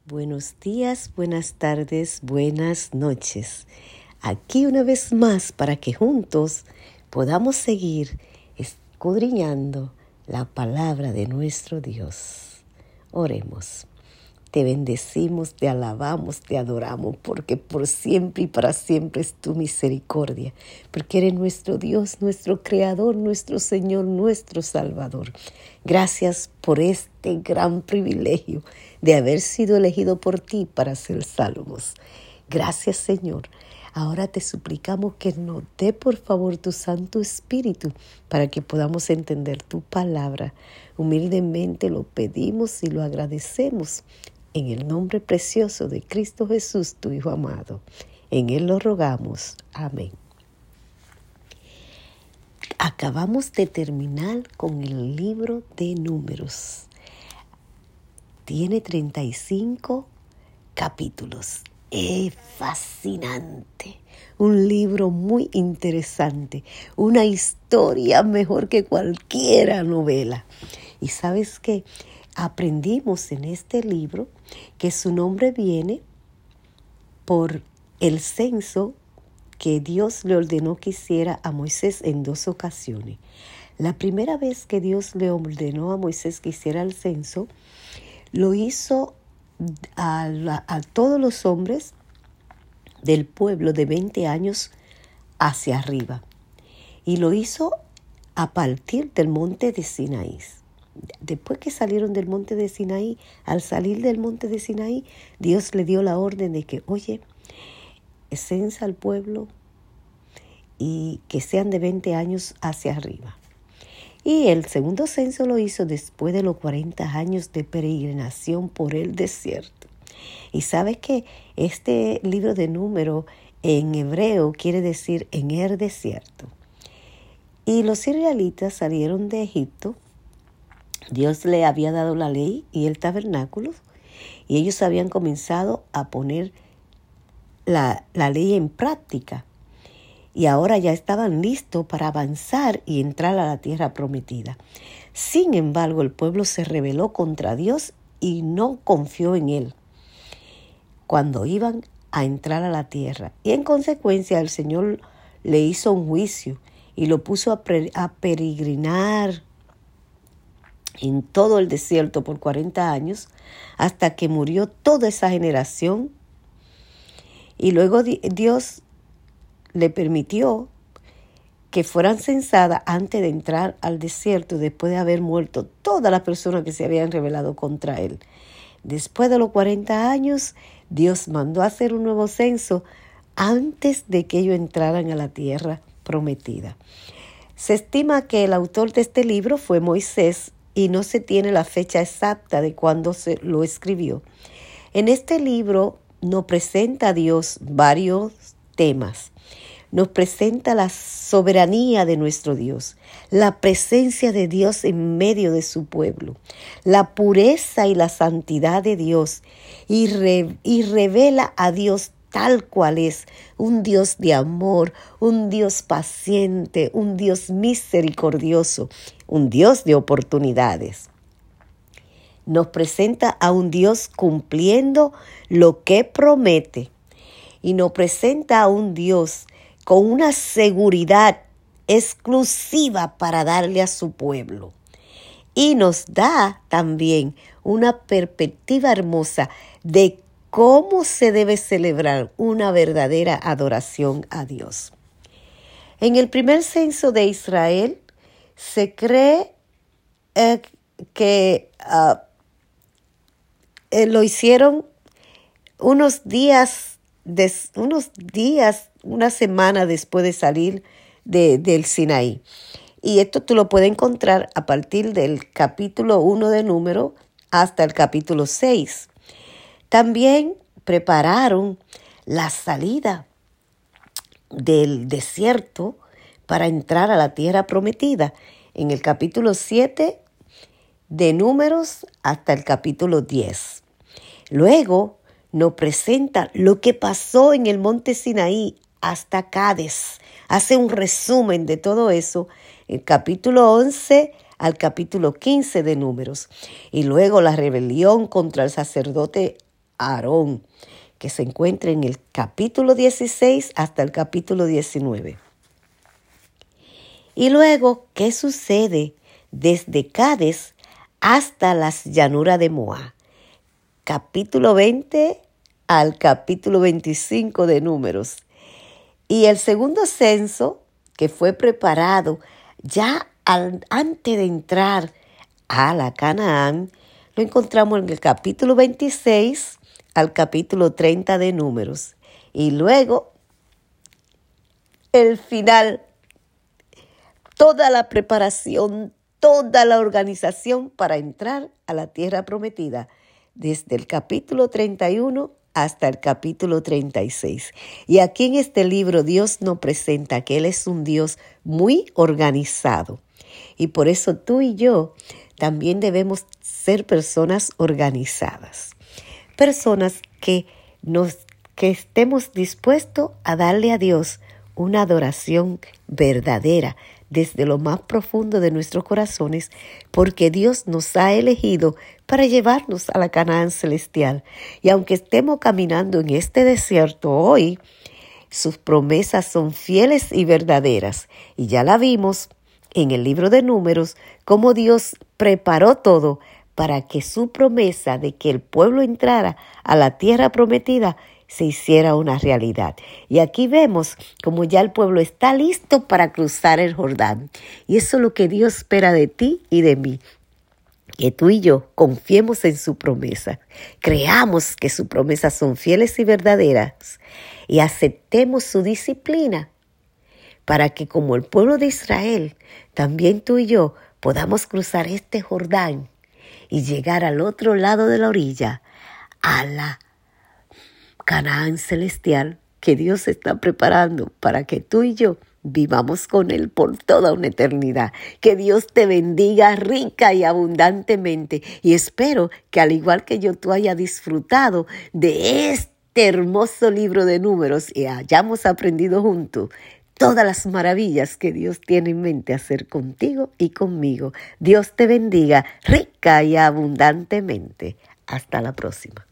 Buenos días, buenas tardes, buenas noches. Aquí una vez más para que juntos podamos seguir escudriñando la palabra de nuestro Dios. Oremos. Te bendecimos, te alabamos, te adoramos, porque por siempre y para siempre es tu misericordia, porque eres nuestro Dios, nuestro Creador, nuestro Señor, nuestro Salvador. Gracias por este gran privilegio de haber sido elegido por ti para ser salvos. Gracias, Señor. Ahora te suplicamos que nos dé por favor tu Santo Espíritu para que podamos entender tu palabra. Humildemente lo pedimos y lo agradecemos. En el nombre precioso de Cristo Jesús, tu Hijo amado. En Él lo rogamos. Amén. Acabamos de terminar con el libro de Números. Tiene 35 capítulos. Es fascinante. Un libro muy interesante. Una historia mejor que cualquier novela. ¿Y sabes qué? Aprendimos en este libro que su nombre viene por el censo que Dios le ordenó que hiciera a Moisés en 2 ocasiones. La primera vez que Dios le ordenó a Moisés que hiciera el censo, lo hizo a todos los hombres del pueblo de 20 años hacia arriba. Y lo hizo a partir del monte de Sinaí. Después que salieron del monte de Sinaí, al salir del monte de Sinaí, Dios le dio la orden de que, censa al pueblo y que sean de 20 años hacia arriba. Y el segundo censo lo hizo después de los 40 años de peregrinación por el desierto. Y sabes que este libro de Números en hebreo quiere decir en el desierto. Y los israelitas salieron de Egipto. Dios le había dado la ley y el tabernáculo, y ellos habían comenzado a poner la ley en práctica. Y ahora ya estaban listos para avanzar y entrar a la tierra prometida. Sin embargo, el pueblo se rebeló contra Dios y no confió en Él cuando iban a entrar a la tierra. Y en consecuencia, el Señor le hizo un juicio y lo puso a peregrinar en todo el desierto por 40 años, hasta que murió toda esa generación. Y luego Dios le permitió que fueran censadas antes de entrar al desierto, después de haber muerto todas las personas que se habían rebelado contra él. Después de los 40 años, Dios mandó a hacer un nuevo censo antes de que ellos entraran a la tierra prometida. Se estima que el autor de este libro fue Moisés, y no se tiene la fecha exacta de cuándo se lo escribió. En este libro nos presenta a Dios varios temas. Nos presenta la soberanía de nuestro Dios, la presencia de Dios en medio de su pueblo, la pureza y la santidad de Dios, y revela a Dios tal cual es, un Dios de amor, un Dios paciente, un Dios misericordioso, un Dios de oportunidades. Nos presenta a un Dios cumpliendo lo que promete, y nos presenta a un Dios con una seguridad exclusiva para darle a su pueblo. Y nos da también una perspectiva hermosa de cómo se debe celebrar una verdadera adoración a Dios. En el primer censo de Israel se cree que lo hicieron una semana después de salir del Sinaí. Y esto tú lo puedes encontrar a partir del capítulo 1 de Números hasta el capítulo 6. También prepararon la salida del desierto para entrar a la tierra prometida en el capítulo 7 de Números hasta el capítulo 10. Luego nos presenta lo que pasó en el monte Sinaí hasta Cades. Hace un resumen de todo eso, el capítulo 11 al capítulo 15 de Números. Y luego la rebelión contra el sacerdote Aarón, que se encuentra en el capítulo 16 hasta el capítulo 19. Y luego, ¿qué sucede desde Cades hasta las llanuras de Moab? Capítulo 20 al capítulo 25 de Números. Y el segundo censo, que fue preparado ya antes de entrar a la Canaán, lo encontramos en el capítulo 26 al capítulo 30 de Números. Y luego, el final, toda la preparación, toda la organización para entrar a la tierra prometida, desde el capítulo 31 hasta el capítulo 36. Y aquí en este libro Dios nos presenta que Él es un Dios muy organizado. Y por eso tú y yo también debemos ser personas organizadas. Personas que estemos dispuestos a darle a Dios una adoración verdadera desde lo más profundo de nuestros corazones, porque Dios nos ha elegido para llevarnos a la Canaán celestial. Y aunque estemos caminando en este desierto hoy, sus promesas son fieles y verdaderas. Y ya la vimos en el libro de Números, cómo Dios preparó todo para que su promesa de que el pueblo entrara a la tierra prometida se hiciera una realidad. Y aquí vemos como ya el pueblo está listo para cruzar el Jordán. Y eso es lo que Dios espera de ti y de mí. Que tú y yo confiemos en su promesa, creamos que sus promesas son fieles y verdaderas y aceptemos su disciplina para que como el pueblo de Israel, también tú y yo podamos cruzar este Jordán y llegar al otro lado de la orilla, a la Canaán celestial que Dios está preparando para que tú y yo vivamos con Él por toda una eternidad. Que Dios te bendiga rica y abundantemente. Y espero que al igual que yo, tú hayas disfrutado de este hermoso libro de Números y hayamos aprendido juntos todas las maravillas que Dios tiene en mente hacer contigo y conmigo. Dios te bendiga rica y abundantemente. Hasta la próxima.